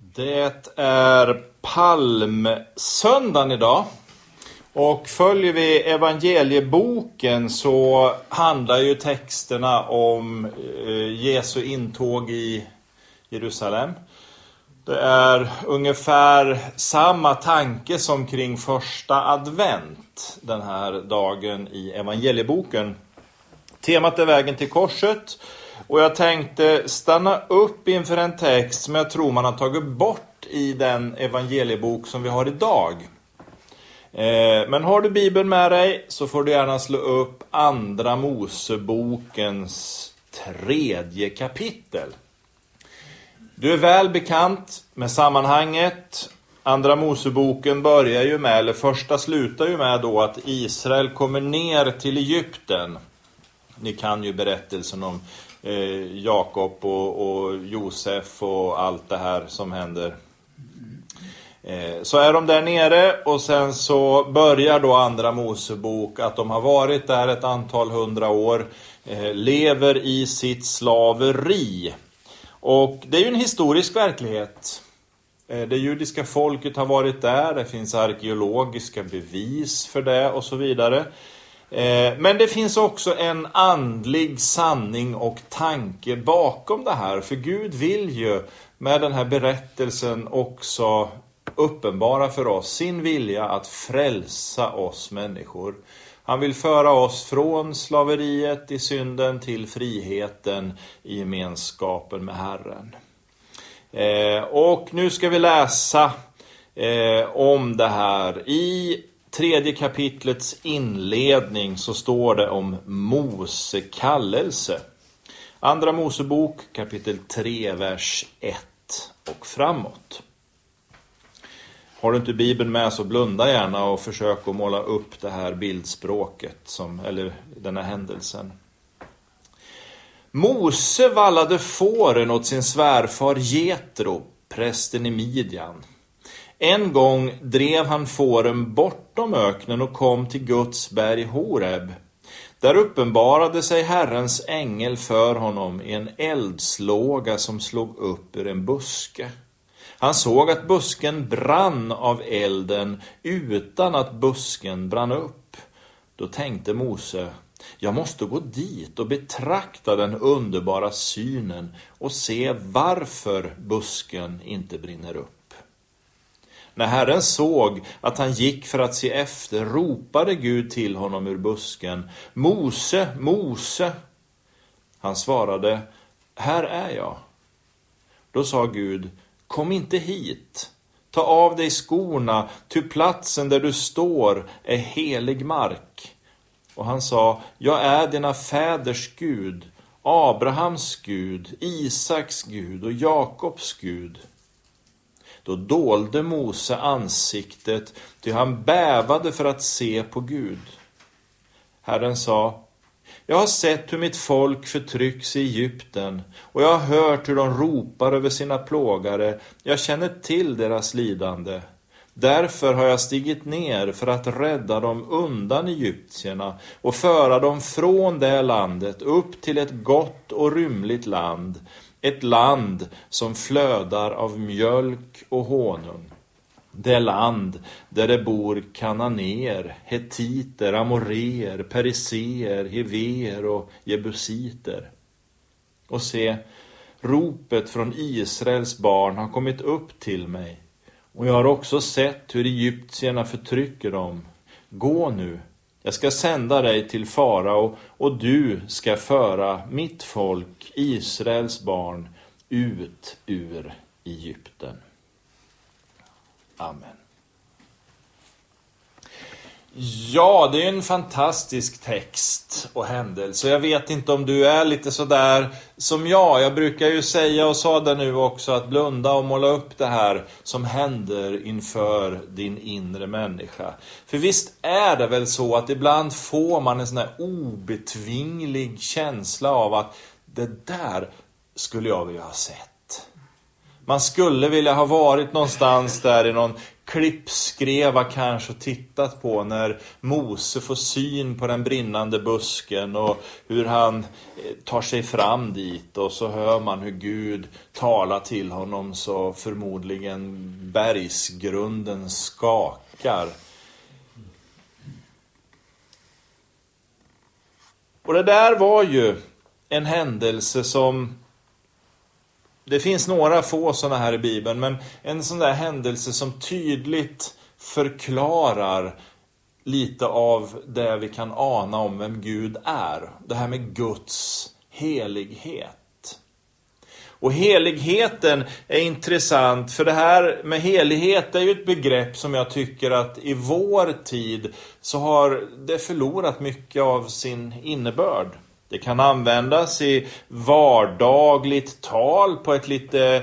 Det är palmsöndagen idag och följer vi evangelieboken så handlar ju texterna om Jesu intåg i Jerusalem. Det är ungefär samma tanke som kring första advent den här dagen i evangelieboken. Temat är vägen till korset. Och jag tänkte stanna upp inför en text som jag tror man har tagit bort i den evangeliebok som vi har idag. Men har du Bibeln med dig så får du gärna slå upp Andra Mosebokens 3:e kapitel. Du är väl bekant med sammanhanget. Andra Moseboken börjar ju med, eller första slutar ju med då att Israel kommer ner till Egypten. Ni kan ju berättelsen om Jakob och Josef och allt det här som händer. Så är de där nere och sen så börjar då Andra Mosebok att de har varit där ett antal 100 år, lever i sitt slaveri. Och det är ju en historisk verklighet. Det judiska folket har varit där, det finns arkeologiska bevis för det och så vidare. Men det finns också en andlig sanning och tanke bakom det här. För Gud vill ju med den här berättelsen också uppenbara för oss sin vilja att frälsa oss människor. Han vill föra oss från slaveriet i synden till friheten i gemenskapen med Herren. Och nu ska vi läsa om det här. I 3:e kapitlets inledning så står det om Mose kallelse. Andra Mosebok kapitel 3 vers 1 och framåt. Har du inte Bibeln med så blunda gärna och försök att måla upp det här bildspråket eller den här händelsen. Mose vallade fåren åt sin svärfar Jetro, prästen i Midjan. En gång drev han fåren bortom öknen och kom till Guds berg Horeb. Där uppenbarade sig Herrens ängel för honom i en eldslåga som slog upp ur en buske. Han såg att busken brann av elden utan att busken brann upp. Då tänkte Mose, jag måste gå dit och betrakta den underbara synen och se varför busken inte brinner upp. När Herren såg att han gick för att se efter ropade Gud till honom ur busken, Mose, Mose. Han svarade, här är jag. Då sa Gud, kom inte hit. Ta av dig skorna, ty platsen där du står är helig mark. Och han sa, jag är dina fäders Gud, Abrahams Gud, Isaks Gud och Jakobs Gud. Då dolde Mose ansiktet, ty han bävade för att se på Gud. Herren sa, jag har sett hur mitt folk förtrycks i Egypten, och jag har hört hur de ropar över sina plågare. Jag känner till deras lidande. Därför har jag stigit ner för att rädda dem undan egyptierna och föra dem från det landet upp till ett gott och rymligt land. Ett land som flödar av mjölk och honung. Det land där det bor kananéer, hetiter, amoreer, periseer, heveer och jebusiter. Och se, ropet från Israels barn har kommit upp till mig. Och jag har också sett hur egyptierna förtrycker dem. Gå nu, jag ska sända dig till farao och du ska föra mitt folk, Israels barn, ut ur Egypten. Amen. Ja, det är en fantastisk text och händelse. Jag vet inte om du är lite sådär som jag. Jag brukar ju säga och sa det nu också att blunda och måla upp det här som händer inför din inre människa. För visst är det väl så att ibland får man en sån här obetvinglig känsla av att det där skulle jag vilja ha sett. Man skulle vilja ha varit någonstans där i någon klippskreva kanske tittat på när Mose får syn på den brinnande busken och hur han tar sig fram dit, och så hör man hur Gud talar till honom så förmodligen bergsgrunden skakar. Och det där var ju en händelse som, det finns några få sådana här i Bibeln, men en sån där händelse som tydligt förklarar lite av det vi kan ana om vem Gud är. Det här med Guds helighet. Och heligheten är intressant, för det här med helighet är ju ett begrepp som jag tycker att i vår tid så har det förlorat mycket av sin innebörd. Det kan användas i vardagligt tal på ett lite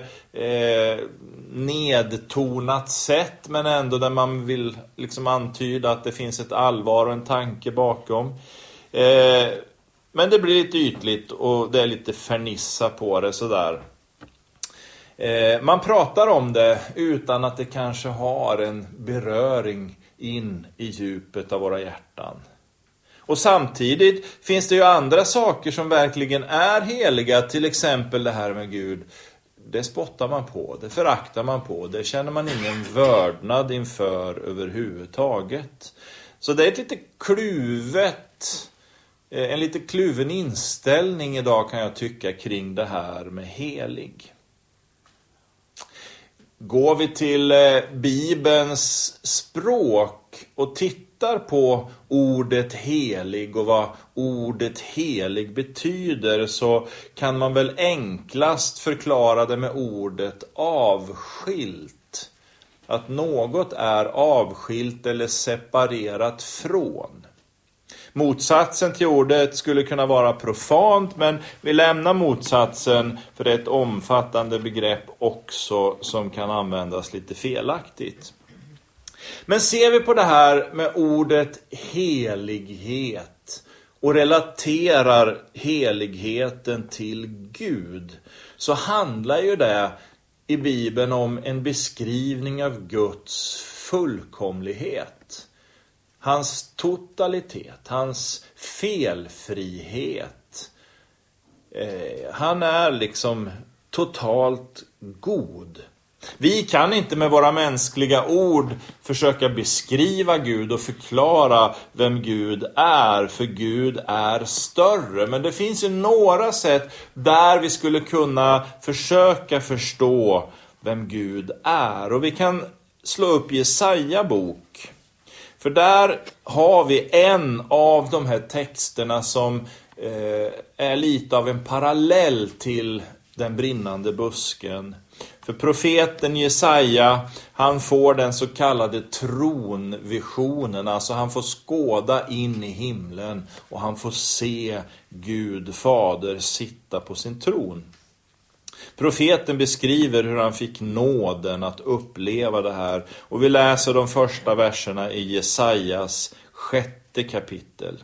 nedtonat sätt, men ändå där man vill liksom antyda att det finns ett allvar och en tanke bakom. Men det blir lite ytligt och det är lite fernissa på det sådär. Man pratar om det utan att det kanske har en beröring in i djupet av våra hjärtan. Och samtidigt finns det ju andra saker som verkligen är heliga, till exempel det här med Gud. Det spottar man på, det föraktar man på, det känner man ingen vördnad inför överhuvudtaget. Så det är ett lite kluvet, en lite kluven inställning idag kan jag tycka kring det här med helig. Går vi till Bibelns språk och tittar på ordet helig och vad ordet helig betyder, så kan man väl enklast förklara det med ordet avskilt. Att något är avskilt eller separerat från. Motsatsen till ordet skulle kunna vara profant, men vi lämnar motsatsen för det är ett omfattande begrepp också som kan användas lite felaktigt. Men ser vi på det här med ordet helighet och relaterar heligheten till Gud, så handlar ju det i Bibeln om en beskrivning av Guds fullkomlighet. Hans totalitet, hans felfrihet. Han är liksom totalt god. Vi kan inte med våra mänskliga ord försöka beskriva Gud och förklara vem Gud är, för Gud är större. Men det finns ju några sätt där vi skulle kunna försöka förstå vem Gud är. Och vi kan slå upp Jesaja bok. För där har vi en av de här texterna som är lite av en parallell till den brinnande busken. För profeten Jesaja, han får den så kallade tronvisionen. Alltså han får skåda in i himlen och han får se Gud fader sitta på sin tron. Profeten beskriver hur han fick nåden att uppleva det här. Och vi läser de första verserna i Jesajas 6:e kapitel.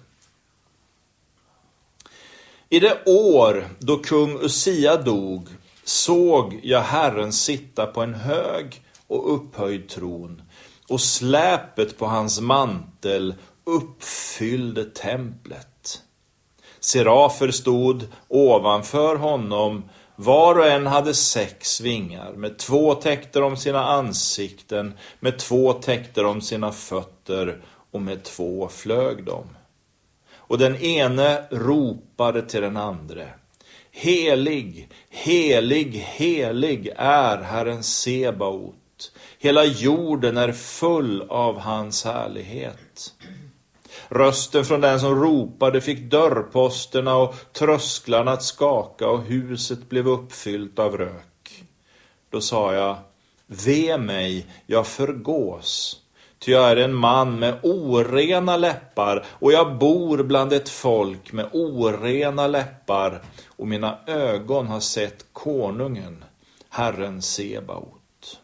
I det år då kung Usia dog såg jag Herren sitta på en hög och upphöjd tron, och släpet på hans mantel uppfyllde templet. Serafer stod ovanför honom, var och en hade 6 vingar, med 2 täckte om sina ansikten, med 2 täckte om sina fötter och med 2 flög de. Och den ene ropade till den andre: helig, helig, helig är Herren Sebaot. Hela jorden är full av hans härlighet. Rösten från den som ropade fick dörrposterna och trösklarna att skaka, och huset blev uppfyllt av rök. Då sa jag: ve mig, jag förgås. Ty jag är en man med orena läppar, och jag bor bland ett folk med orena läppar, och mina ögon har sett konungen, Herren Sebaot.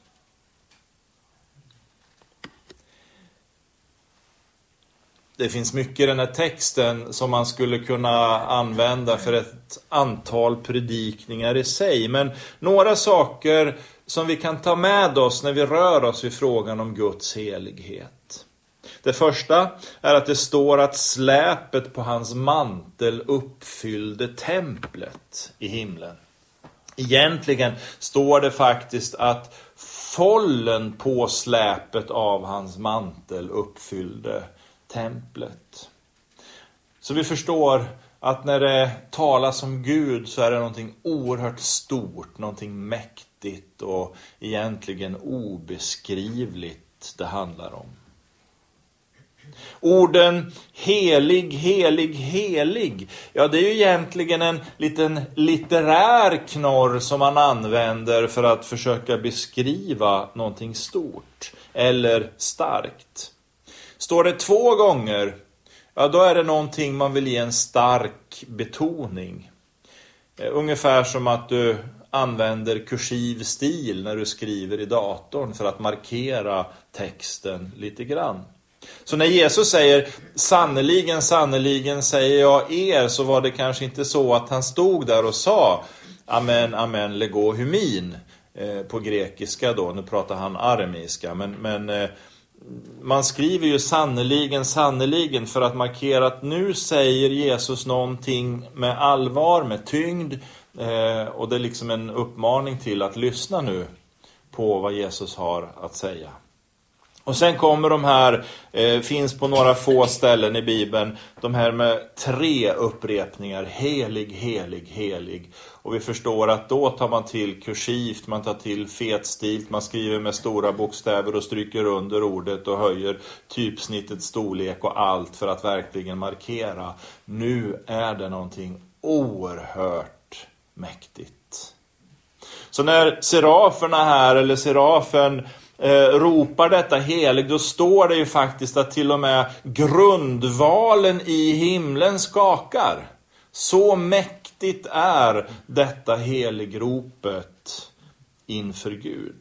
Det finns mycket i den här texten som man skulle kunna använda för ett antal predikningar i sig. Men några saker som vi kan ta med oss när vi rör oss vid frågan om Guds helighet. Det första är att det står att släpet på hans mantel uppfyllde templet i himlen. Egentligen står det faktiskt att fållen på släpet av hans mantel uppfyllde templet. Så vi förstår att när det talas om Gud så är det någonting oerhört stort, någonting mäktigt och egentligen obeskrivligt det handlar om. Orden helig, helig, helig. Ja, det är ju egentligen en liten litterär knorr som man använder för att försöka beskriva någonting stort eller starkt. Står det 2 gånger, ja då är det någonting man vill ge en stark betoning. Ungefär som att du använder kursiv stil när du skriver i datorn för att markera texten lite grann. Så när Jesus säger sannoliken, sannoliken säger jag er, så var det kanske inte så att han stod där och sa amen, amen, lego humin på grekiska då. Nu pratar han aramiska, men man skriver ju sannoliken, sannoliken för att markera att nu säger Jesus någonting med allvar, med tyngd, och det är liksom en uppmaning till att lyssna nu på vad Jesus har att säga. Och sen kommer de här, finns på några få ställen i Bibeln, de här med 3 upprepningar, helig, helig, helig. Och vi förstår att då tar man till kursivt, man tar till fetstilt, man skriver med stora bokstäver och stryker under ordet och höjer typsnittets storlek och allt för att verkligen markera. Nu är det någonting oerhört mäktigt. Så när seraferna här, eller serafen, ropar detta helig, då står det ju faktiskt att till och med grundvalen i himlen skakar. Så mäktigt är detta heligropet inför Gud.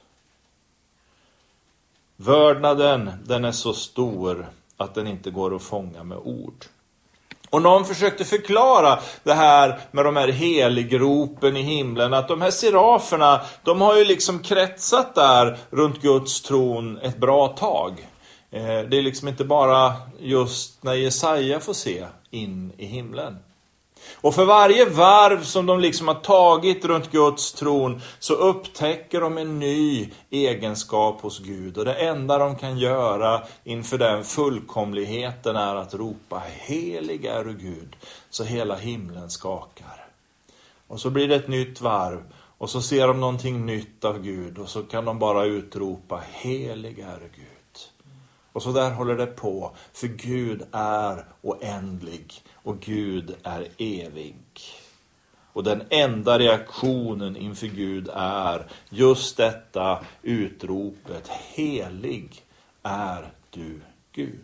Vördnaden, den är så stor att den inte går att fånga med ord. Och någon försökte förklara det här med de här heligropen i himlen. Att de här seraferna, de har ju liksom kretsat där runt Guds tron ett bra tag. Det är liksom inte bara just när Jesaja får se in i himlen. Och för varje varv som de liksom har tagit runt Guds tron så upptäcker de en ny egenskap hos Gud. Och det enda de kan göra inför den fullkomligheten är att ropa helig är du Gud, så hela himlen skakar. Och så blir det ett nytt varv och så ser de någonting nytt av Gud och så kan de bara utropa helig är du Gud. Och så där håller det på, för Gud är oändlig och Gud är evig. Och den enda reaktionen inför Gud är just detta utropet, helig är du Gud.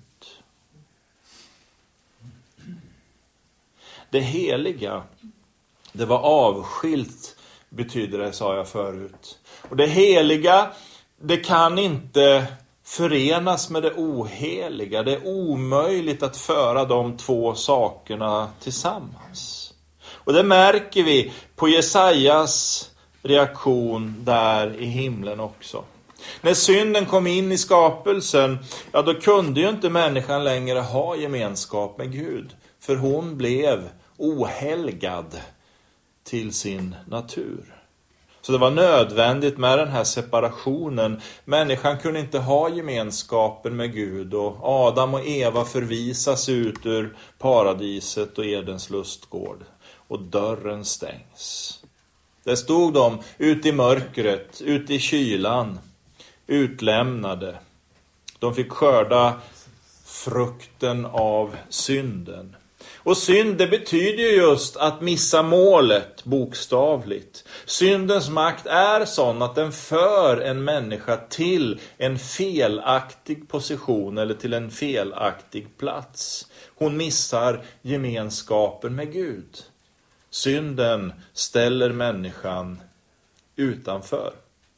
Det heliga, det var avskilt, betyder det, sa jag förut. Och det heliga, det kan inte förenas med det oheliga. Det är omöjligt att föra de 2 sakerna tillsammans. Och det märker vi på Jesajas reaktion där i himlen också. När synden kom in i skapelsen, ja då kunde ju inte människan längre ha gemenskap med Gud. För hon blev ohelgad till sin natur. Så det var nödvändigt med den här separationen. Människan kunde inte ha gemenskapen med Gud och Adam och Eva förvisas ut ur paradiset och Edens lustgård. Och dörren stängs. Där stod de ute i mörkret, ute i kylan, utlämnade. De fick skörda frukten av synden. Och synd, det betyder ju just att missa målet, bokstavligt. Syndens makt är sån att den för en människa till en felaktig position eller till en felaktig plats. Hon missar gemenskapen med Gud. Synden ställer människan utanför.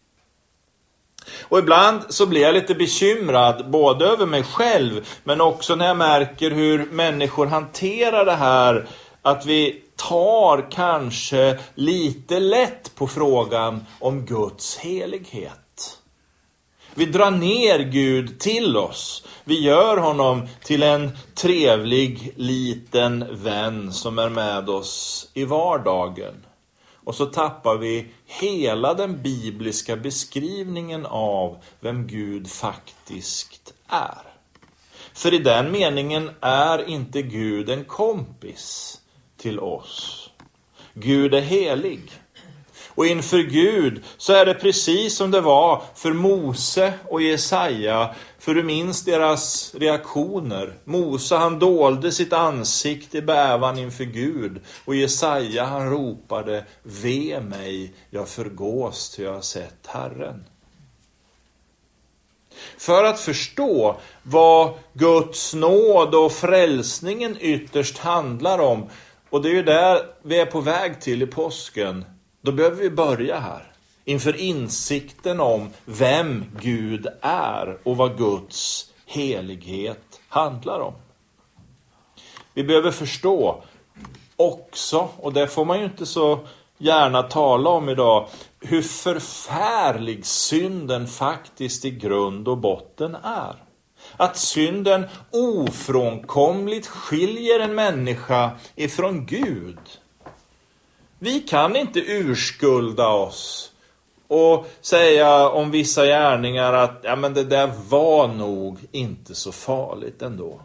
Och ibland så blir jag lite bekymrad både över mig själv men också när jag märker hur människor hanterar det här att vi tar kanske lite lätt på frågan om Guds helighet. Vi drar ner Gud till oss. Vi gör honom till en trevlig liten vän som är med oss i vardagen. Och så tappar vi hela den bibliska beskrivningen av vem Gud faktiskt är. För i den meningen är inte Gud en kompis till oss. Gud är helig. Och inför Gud så är det precis som det var för Mose och Jesaja. För du minns deras reaktioner. Mose, han dolde sitt ansikte i bävan inför Gud. Och Jesaja, han ropade: ve mig, jag förgås till jag har sett Herren. För att förstå vad Guds nåd och frälsningen ytterst handlar om, och det är ju där vi är på väg till i påsken, då behöver vi börja här. Inför insikten om vem Gud är och vad Guds helighet handlar om. Vi behöver förstå också, och det får man ju inte så gärna tala om idag, hur förfärlig synden faktiskt i grund och botten är. Att synden ofrånkomligt skiljer en människa ifrån Gud. Vi kan inte urskulda oss och säga om vissa gärningar att ja, men det där var nog inte så farligt ändå.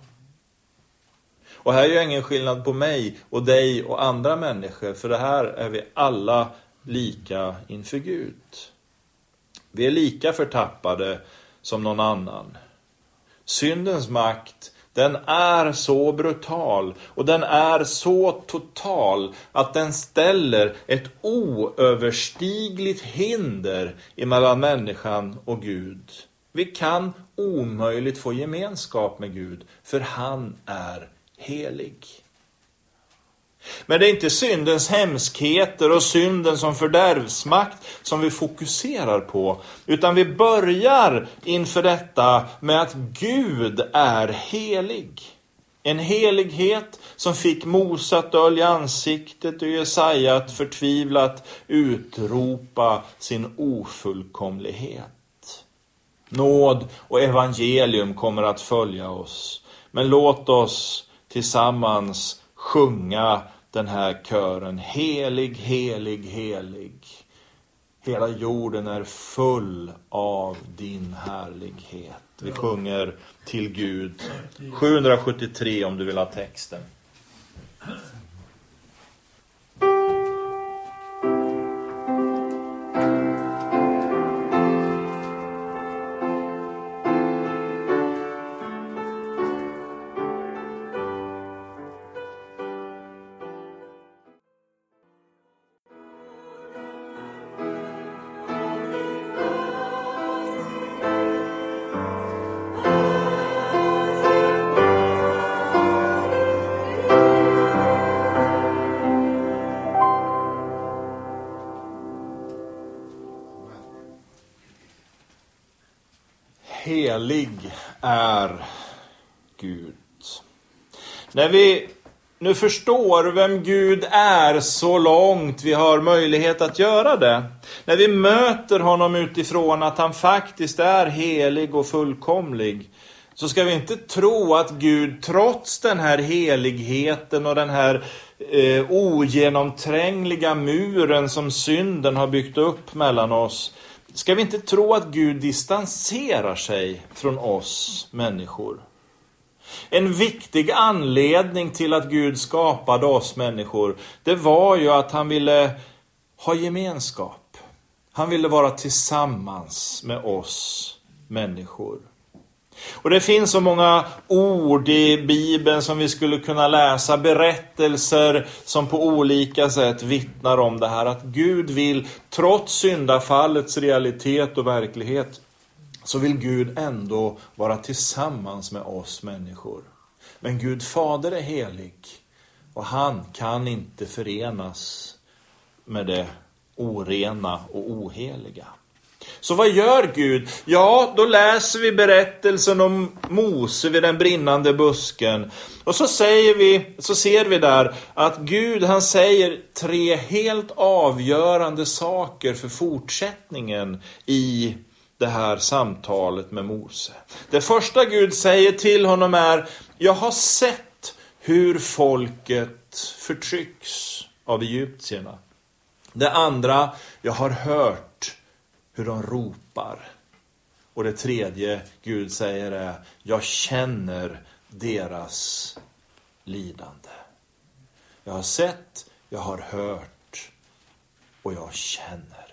Och här är ju ingen skillnad på mig och dig och andra människor, för det här är vi alla lika inför Gud. Vi är lika förtappade som någon annan. Syndens makt, den är så brutal och den är så total att den ställer ett oöverstigligt hinder emellan människan och Gud. Vi kan omöjligt få gemenskap med Gud, för han är helig. Men det är inte syndens hemskheter och synden som fördärvsmakt som vi fokuserar på, utan vi börjar inför detta med att Gud är helig. En helighet som fick Mose att dölja ansiktet och Jesaja att förtvivlat utropa sin ofullkomlighet. Nåd och evangelium kommer att följa oss, men låt oss tillsammans sjunga den här kören: helig, helig, helig. Hela jorden är full av din härlighet. Vi sjunger till Gud. 773 om du vill ha texten. Helig är Gud. När vi nu förstår vem Gud är så långt vi har möjlighet att göra det, när vi möter honom utifrån att han faktiskt är helig och fullkomlig, så ska vi inte tro att Gud trots den här heligheten och den här ogenomträngliga muren som synden har byggt upp mellan oss, ska vi inte tro att Gud distanserar sig från oss människor. En viktig anledning till att Gud skapade oss människor, det var ju att han ville ha gemenskap. Han ville vara tillsammans med oss människor. Och det finns så många ord i Bibeln som vi skulle kunna läsa, berättelser som på olika sätt vittnar om det här, att Gud vill, trots syndafallets realitet och verklighet, så vill Gud ändå vara tillsammans med oss människor. Men Gud Fader är helig och han kan inte förenas med det orena och oheliga. Så vad gör Gud? Ja, då läser vi berättelsen om Mose vid den brinnande busken. Och så ser vi där att Gud, han säger 3 helt avgörande saker för fortsättningen i det här samtalet med Mose. Det första Gud säger till honom är: jag har sett hur folket förtrycks av egyptierna. Det andra: jag har hört hur de ropar. Och det tredje Gud säger är: jag känner deras lidande. Jag har sett, jag har hört och jag känner.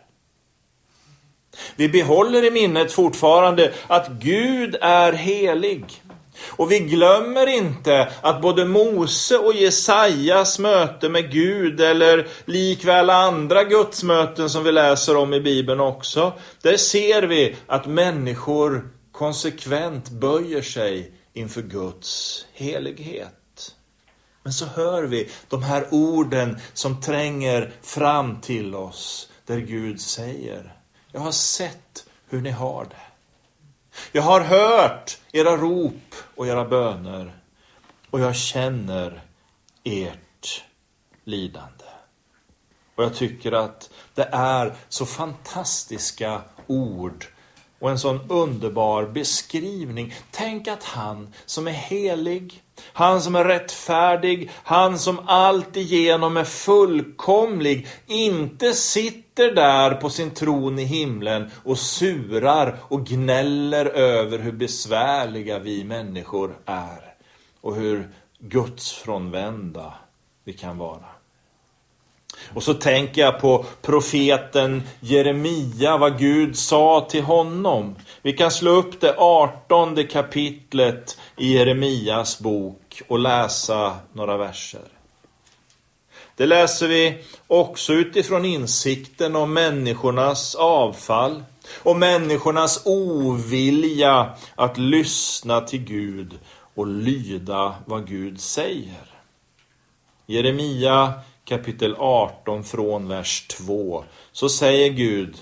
Vi behåller i minnet fortfarande att Gud är helig. Och vi glömmer inte att både Mose och Jesajas möte med Gud, eller likväl andra gudsmöten som vi läser om i Bibeln också, där ser vi att människor konsekvent böjer sig inför Guds helighet. Men så hör vi de här orden som tränger fram till oss, där Gud säger: jag har sett hur ni har det. Jag har hört era rop och era böner, och jag känner ert lidande. Och jag tycker att det är så fantastiska ord och en sån underbar beskrivning. Tänk att han som är helig, han som är rättfärdig, han som alltigenom är fullkomlig, inte sitter där på sin tron i himlen och surar och gnäller över hur besvärliga vi människor är och hur gudsfrånvända vi kan vara. Och så tänker jag på profeten Jeremia, vad Gud sa till honom. Vi kan slå upp det 18:e kapitlet i Jeremias bok och läsa några verser. Det läser vi också utifrån insikten om människornas avfall och människornas ovilja att lyssna till Gud och lyda vad Gud säger. Jeremia kapitel 18 från vers 2. Så säger Gud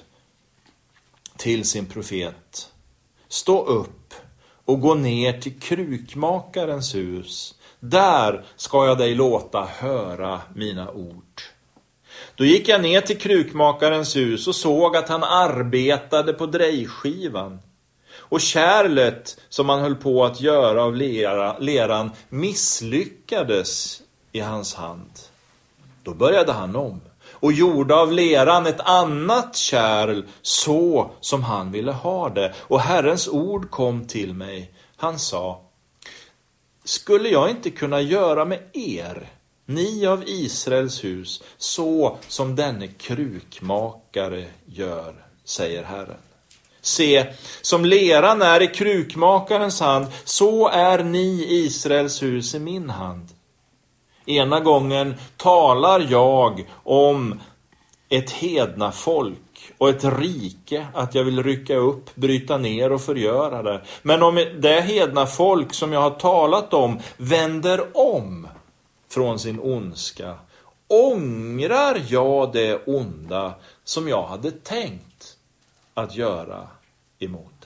till sin profet: stå upp och gå ner till krukmakarens hus. Där ska jag dig låta höra mina ord. Då gick jag ner till krukmakarens hus och såg att han arbetade på drejskivan. Och kärlet som han höll på att göra av leran misslyckades i hans hand. Då började han om och gjorde av leran ett annat kärl så som han ville ha det. Och Herrens ord kom till mig. Han sa: skulle jag inte kunna göra med er, ni av Israels hus, så som denne krukmakare gör, säger Herren. Se, som leran är i krukmakarens hand, så är ni Israels hus i min hand. Ena gången talar jag om ett hedna folk och ett rike, att jag vill rycka upp, bryta ner och förgöra det. Men om det hedna folk som jag har talat om vänder om från sin ondska, ångrar jag det onda som jag hade tänkt att göra emot det.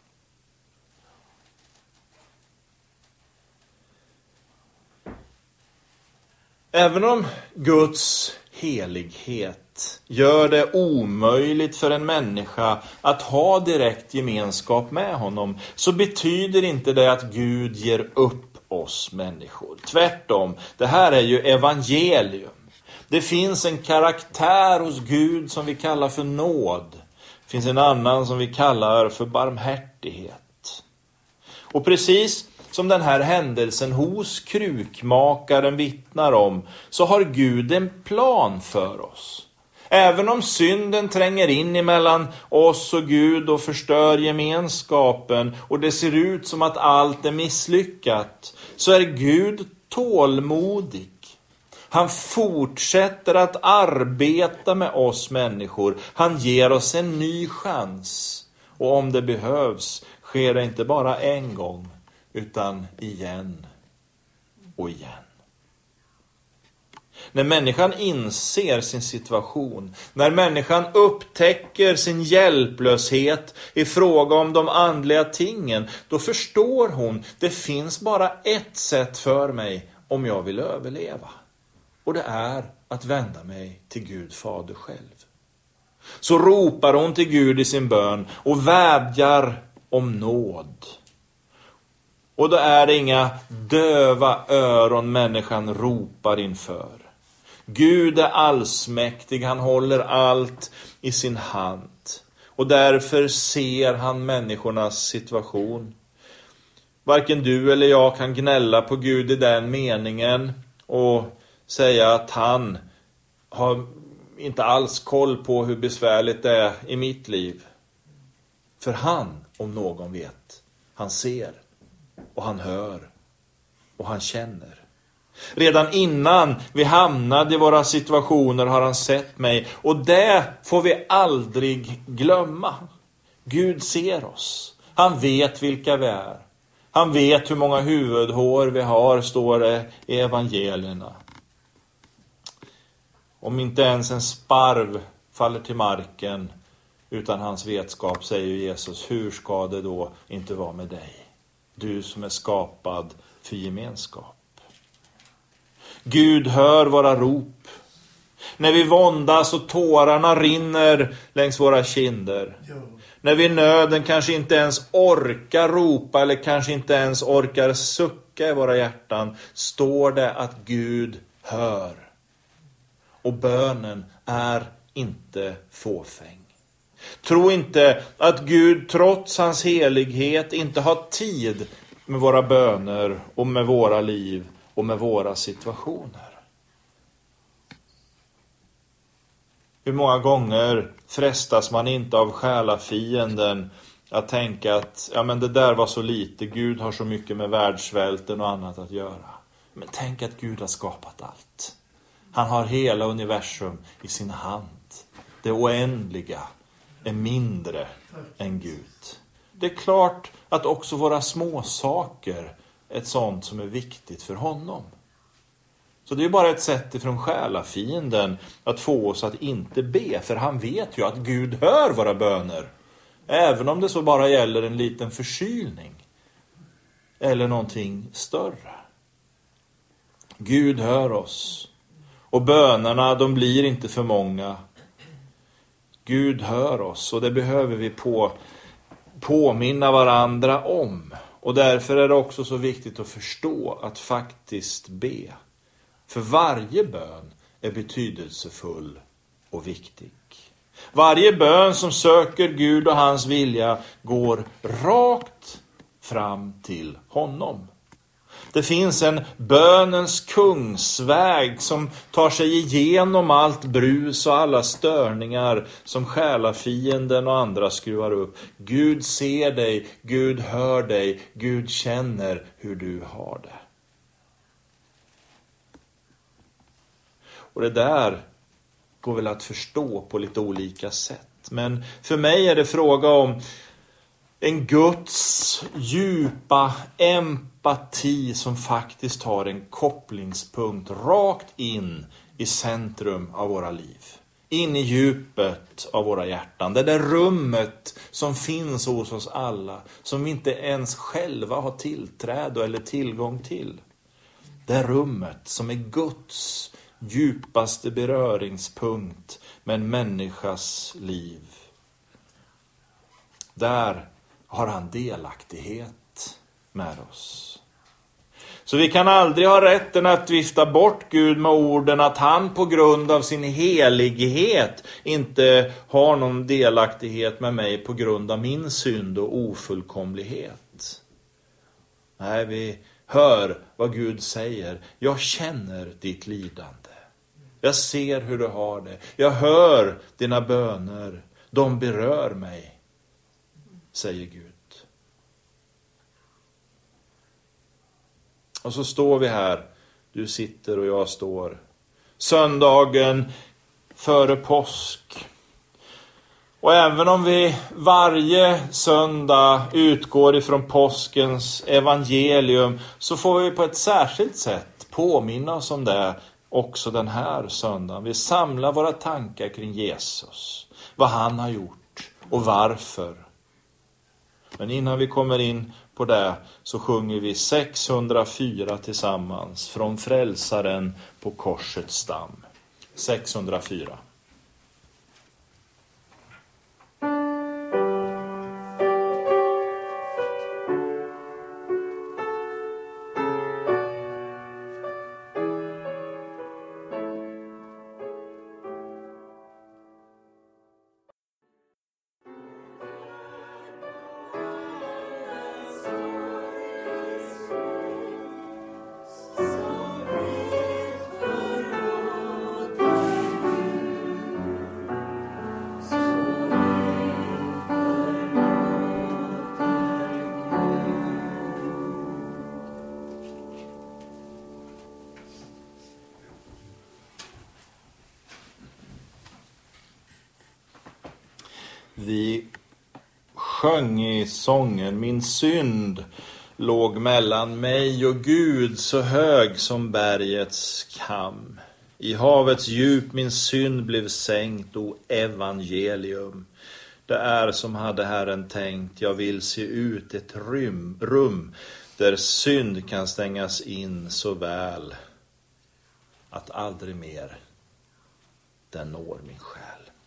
Även om Guds helighet gör det omöjligt för en människa att ha direkt gemenskap med honom, så betyder inte det att Gud ger upp oss människor. Tvärtom, det här är ju evangelium. Det finns en karaktär hos Gud som vi kallar för nåd. Det finns en annan som vi kallar för barmhärtighet. Och precis som den här händelsen hos krukmakaren vittnar om, så har Gud en plan för oss. Även om synden tränger in emellan oss och Gud och förstör gemenskapen och det ser ut som att allt är misslyckat, så är Gud tålmodig. Han fortsätter att arbeta med oss människor. Han ger oss en ny chans. Och om det behövs sker det inte bara en gång, utan igen och igen. När människan inser sin situation, när människan upptäcker sin hjälplöshet i fråga om de andliga tingen, då förstår hon, det finns bara ett sätt för mig om jag vill överleva. Och det är att vända mig till Gud Fader själv. Så ropar hon till Gud i sin bön och vädjar om nåd. Och då är det inga döva öron människan ropar inför. Gud är allsmäktig, han håller allt i sin hand. Och därför ser han människornas situation. Varken du eller jag kan gnälla på Gud i den meningen och säga att han har inte alls koll på hur besvärligt det är i mitt liv. För han, om någon vet, han ser och han hör och han känner. Redan innan vi hamnade i våra situationer har han sett mig, och det får vi aldrig glömma. Gud ser oss. Han vet vilka vi är. Han vet hur många huvudhår vi har, står det i evangelierna. Om inte ens en sparv faller till marken utan hans vetskap, säger Jesus, hur ska det då inte vara med dig? Du som är skapad för gemenskap. Gud hör våra rop. När vi våndas och tårarna rinner längs våra kinder. När vi i nöden kanske inte ens orkar ropa eller kanske inte ens orkar sucka i våra hjärtan, står det att Gud hör. Och bönen är inte fåfäng. Tro inte att Gud trots hans helighet inte har tid med våra böner och med våra liv och med våra situationer. Hur många gånger frestas man inte av själafienden att tänka att ja, men det där var så lite, Gud har så mycket med världssvälten och annat att göra. Men tänk att Gud har skapat allt. Han har hela universum i sin hand. Det oändliga är mindre än Gud. Det är klart att också våra små saker är ett sånt som är viktigt för honom. Så det är bara ett sätt ifrån själafienden att få oss att inte be. För han vet ju att Gud hör våra böner. Även om det så bara gäller en liten förkylning. Eller någonting större. Gud hör oss. Och bönerna, de blir inte för många. Gud hör oss, och det behöver vi påminna varandra om. Och därför är det också så viktigt att förstå att faktiskt be. För varje bön är betydelsefull och viktig. Varje bön som söker Gud och hans vilja går rakt fram till honom. Det finns en bönens kungsväg som tar sig igenom allt brus och alla störningar som själafienden och andra skruvar upp. Gud ser dig, Gud hör dig, Gud känner hur du har det. Och det där går väl att förstå på lite olika sätt. Men för mig är det fråga om en Guds djupa empati som faktiskt har en kopplingspunkt rakt in i centrum av våra liv. In i djupet av våra hjärtan. Det där rummet som finns hos oss alla. Som vi inte ens själva har tillträde eller tillgång till. Det rummet som är Guds djupaste beröringspunkt med en människas liv. Där har han delaktighet med oss. Så vi kan aldrig ha rätten att vifta bort Gud med orden att han på grund av sin helighet inte har någon delaktighet med mig på grund av min synd och ofullkomlighet. Nej, vi hör vad Gud säger. Jag känner ditt lidande. Jag ser hur du har det. Jag hör dina böner. De berör mig, säger Gud. Och så står vi här. Du sitter och jag står. Söndagen före påsk. Och även om vi varje söndag utgår ifrån påskens evangelium, så får vi på ett särskilt sätt påminna oss om det också den här söndagen. Vi samlar våra tankar kring Jesus. Vad han har gjort och varför. Men innan vi kommer in på det så sjunger vi 604 tillsammans från Frälsaren på korsets stam. 604. Vi sjöng i sången: min synd låg mellan mig och Gud, så hög som bergets kam. I havets djup min synd blev sänkt, o evangelium. Det är som hade Herren tänkt, jag vill se ut ett rum där synd kan stängas in så väl att aldrig mer den når min själ.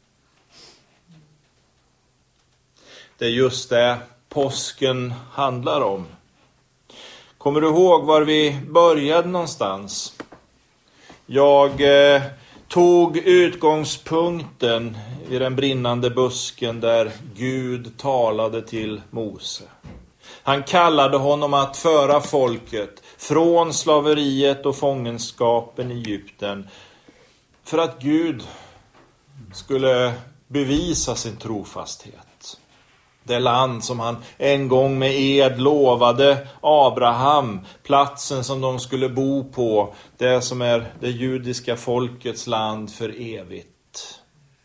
Det är just det påsken handlar om. Kommer du ihåg var vi började någonstans? Jag tog utgångspunkten i den brinnande busken där Gud talade till Mose. Han kallade honom att föra folket från slaveriet och fångenskapen i Egypten för att Gud skulle bevisa sin trofasthet. Det land som han en gång med ed lovade Abraham, platsen som de skulle bo på, det som är det judiska folkets land för evigt.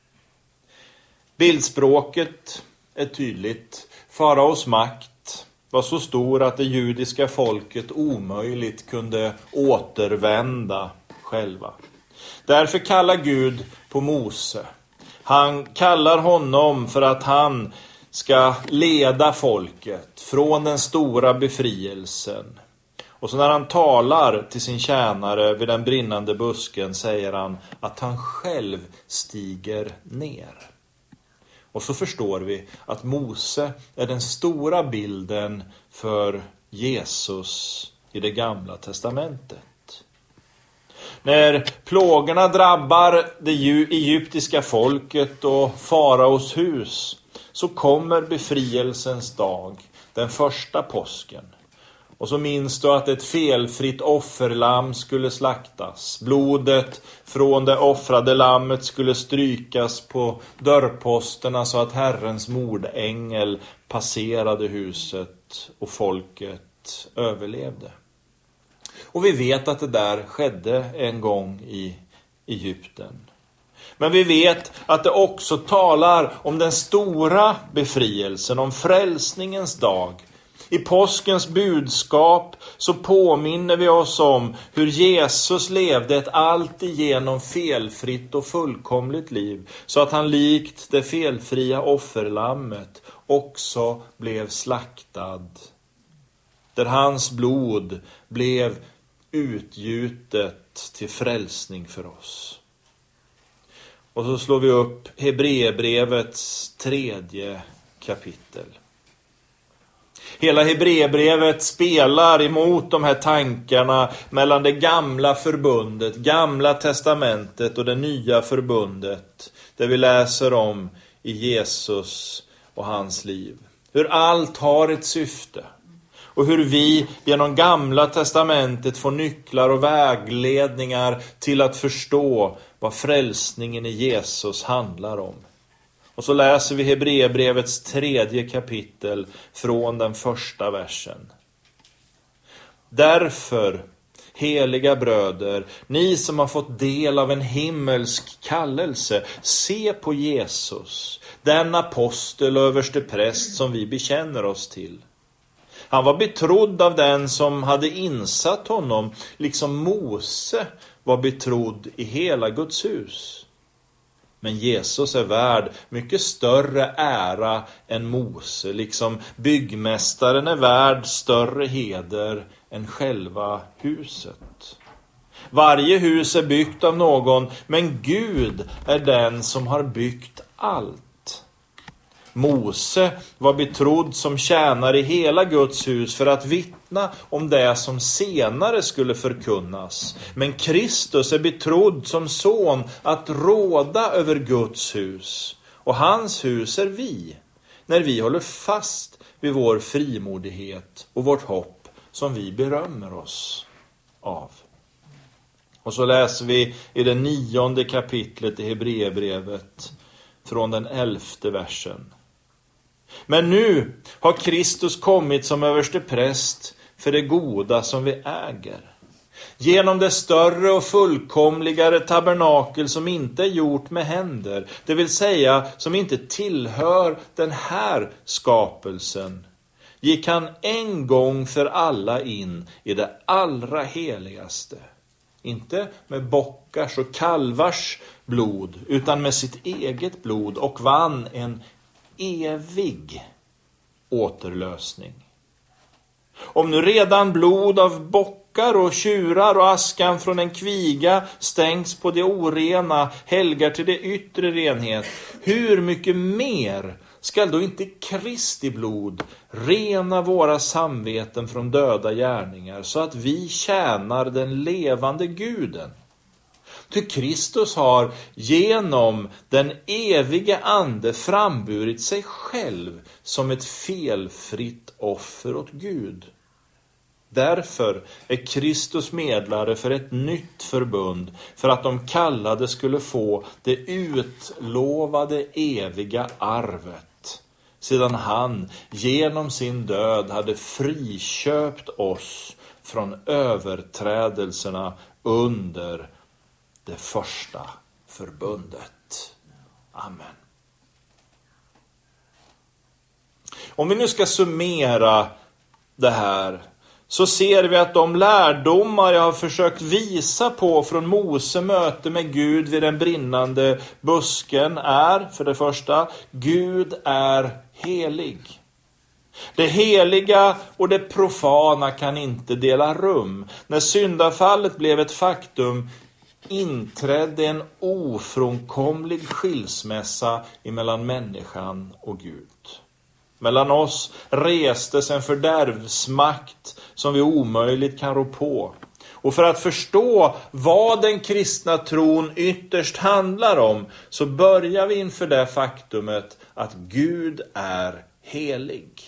Bildspråket är tydligt. Faraos makt var så stor att det judiska folket omöjligt kunde återvända själva. Därför kallar Gud på Mose. Han kallar honom för att han ska leda folket från den stora befrielsen. Och så när han talar till sin tjänare vid den brinnande busken säger han att han själv stiger ner. Och så förstår vi att Mose är den stora bilden för Jesus i det gamla testamentet. När plågorna drabbar det egyptiska folket och faraos hus så kommer befrielsens dag, den första påsken. Och så minns du att ett felfritt offerlamm skulle slaktas. Blodet från det offrade lammet skulle strykas på dörrposterna så att Herrens mordängel passerade huset och folket överlevde. Och vi vet att det där skedde en gång i Egypten. Men vi vet att det också talar om den stora befrielsen, om frälsningens dag. I påskens budskap så påminner vi oss om hur Jesus levde ett alltigenom felfritt och fullkomligt liv. Så att han likt det felfria offerlammet också blev slaktad. Där hans blod blev utgjutet till frälsning för oss. Och så slår vi upp Hebreerbrevets 3:e kapitel. Hela Hebreerbrevet spelar emot de här tankarna mellan det gamla förbundet, gamla testamentet och det nya förbundet. Där vi läser om i Jesus och hans liv. Hur allt har ett syfte. Och hur vi genom gamla testamentet får nycklar och vägledningar till att förstå vad frälsningen i Jesus handlar om. Och så läser vi Hebreerbrevets 3:e kapitel från den första versen. Därför, heliga bröder, ni som har fått del av en himmelsk kallelse, se på Jesus, den apostel och överste präst som vi bekänner oss till. Han var betrodd av den som hade insatt honom, liksom Mose var betrodd i hela Guds hus. Men Jesus är värd mycket större ära än Mose, liksom byggmästaren är värd större heder än själva huset. Varje hus är byggt av någon, men Gud är den som har byggt allt. Mose var betrodd som tjänare i hela Guds hus för att vittna om det som senare skulle förkunnas. Men Kristus är betrodd som son att råda över Guds hus. Och hans hus är vi, när vi håller fast vid vår frimodighet och vårt hopp som vi berömmer oss av. Och så läser vi i det 9:e kapitlet i Hebreerbrevet från den 11:e versen. Men nu har Kristus kommit som överstepräst för det goda som vi äger. Genom det större och fullkomligare tabernakel som inte är gjort med händer, det vill säga som inte tillhör den här skapelsen, gick han en gång för alla in i det allra heligaste. Inte med bockars och kalvars blod, utan med sitt eget blod, och vann en evig återlösning. Om nu redan blod av bockar och tjurar och askan från en kviga stängs på det orena, helgar till det yttre renhet, hur mycket mer skall då inte Kristi blod rena våra samveten från döda gärningar, så att vi tjänar den levande Guden? Ty Kristus har genom den eviga ande framburit sig själv som ett felfritt offer åt Gud. Därför är Kristus medlare för ett nytt förbund, för att de kallade skulle få det utlovade eviga arvet, sedan han genom sin död hade friköpt oss från överträdelserna under det första förbundet. Amen. Om vi nu ska summera det här, så ser vi att de lärdomar jag har försökt visa på från Mose möte med Gud vid den brinnande busken är, för det första, Gud är helig. Det heliga och det profana kan inte dela rum. När syndafallet blev ett faktum inträdde en ofrånkomlig skilsmässa emellan människan och Gud. Mellan oss restes en fördärvsmakt som vi omöjligt kan rå på. Och för att förstå vad den kristna tron ytterst handlar om, så börjar vi inför det faktumet att Gud är helig.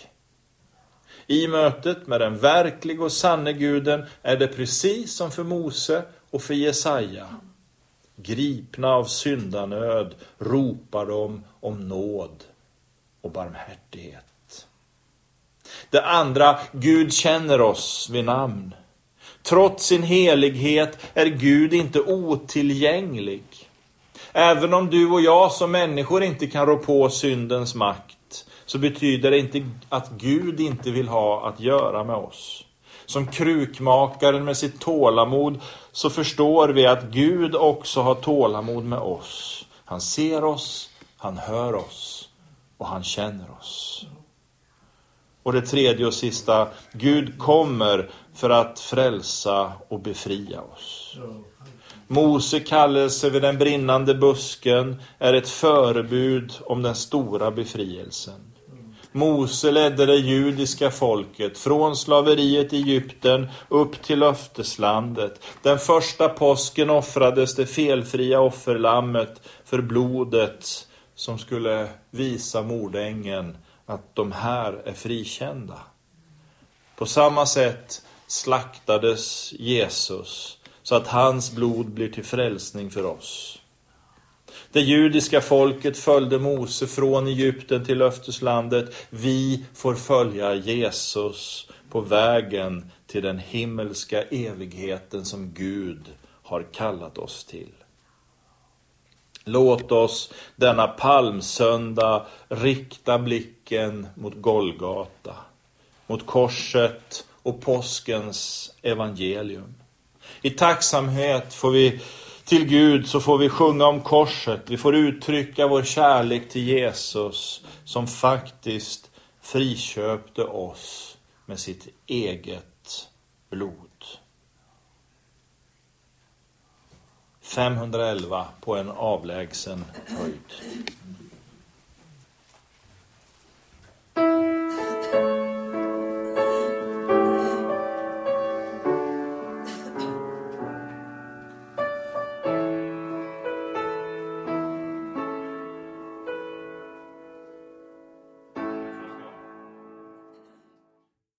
I mötet med den verkliga och sanne Guden är det precis som för Mose och för Jesaja. Gripna av syndanöd ropar de om nåd och barmhärtighet. Det andra, Gud känner oss vid namn. Trots sin helighet är Gud inte otillgänglig. Även om du och jag som människor inte kan rå på syndens makt, så betyder det inte att Gud inte vill ha att göra med oss. Som krukmakaren med sitt tålamod, så förstår vi att Gud också har tålamod med oss. Han ser oss, han hör oss och han känner oss. Och det tredje och sista, Gud kommer för att frälsa och befria oss. Mose kallelse vid den brinnande busken är ett förebud om den stora befrielsen. Mose ledde det judiska folket från slaveriet i Egypten upp till löfteslandet. Den första påsken offrades det felfria offerlammet för blodet som skulle visa mordängeln att de här är frikända. På samma sätt slaktades Jesus så att hans blod blir till frälsning för oss. Det judiska folket följde Mose från Egypten till löfteslandet. Vi får följa Jesus på vägen till den himmelska evigheten som Gud har kallat oss till. Låt oss denna palmsöndag rikta blicken mot Golgata, mot korset och påskens evangelium. I tacksamhet får vi till Gud, så får vi sjunga om korset. Vi får uttrycka vår kärlek till Jesus som faktiskt friköpte oss med sitt eget blod. 511 på en avlägsen höjd.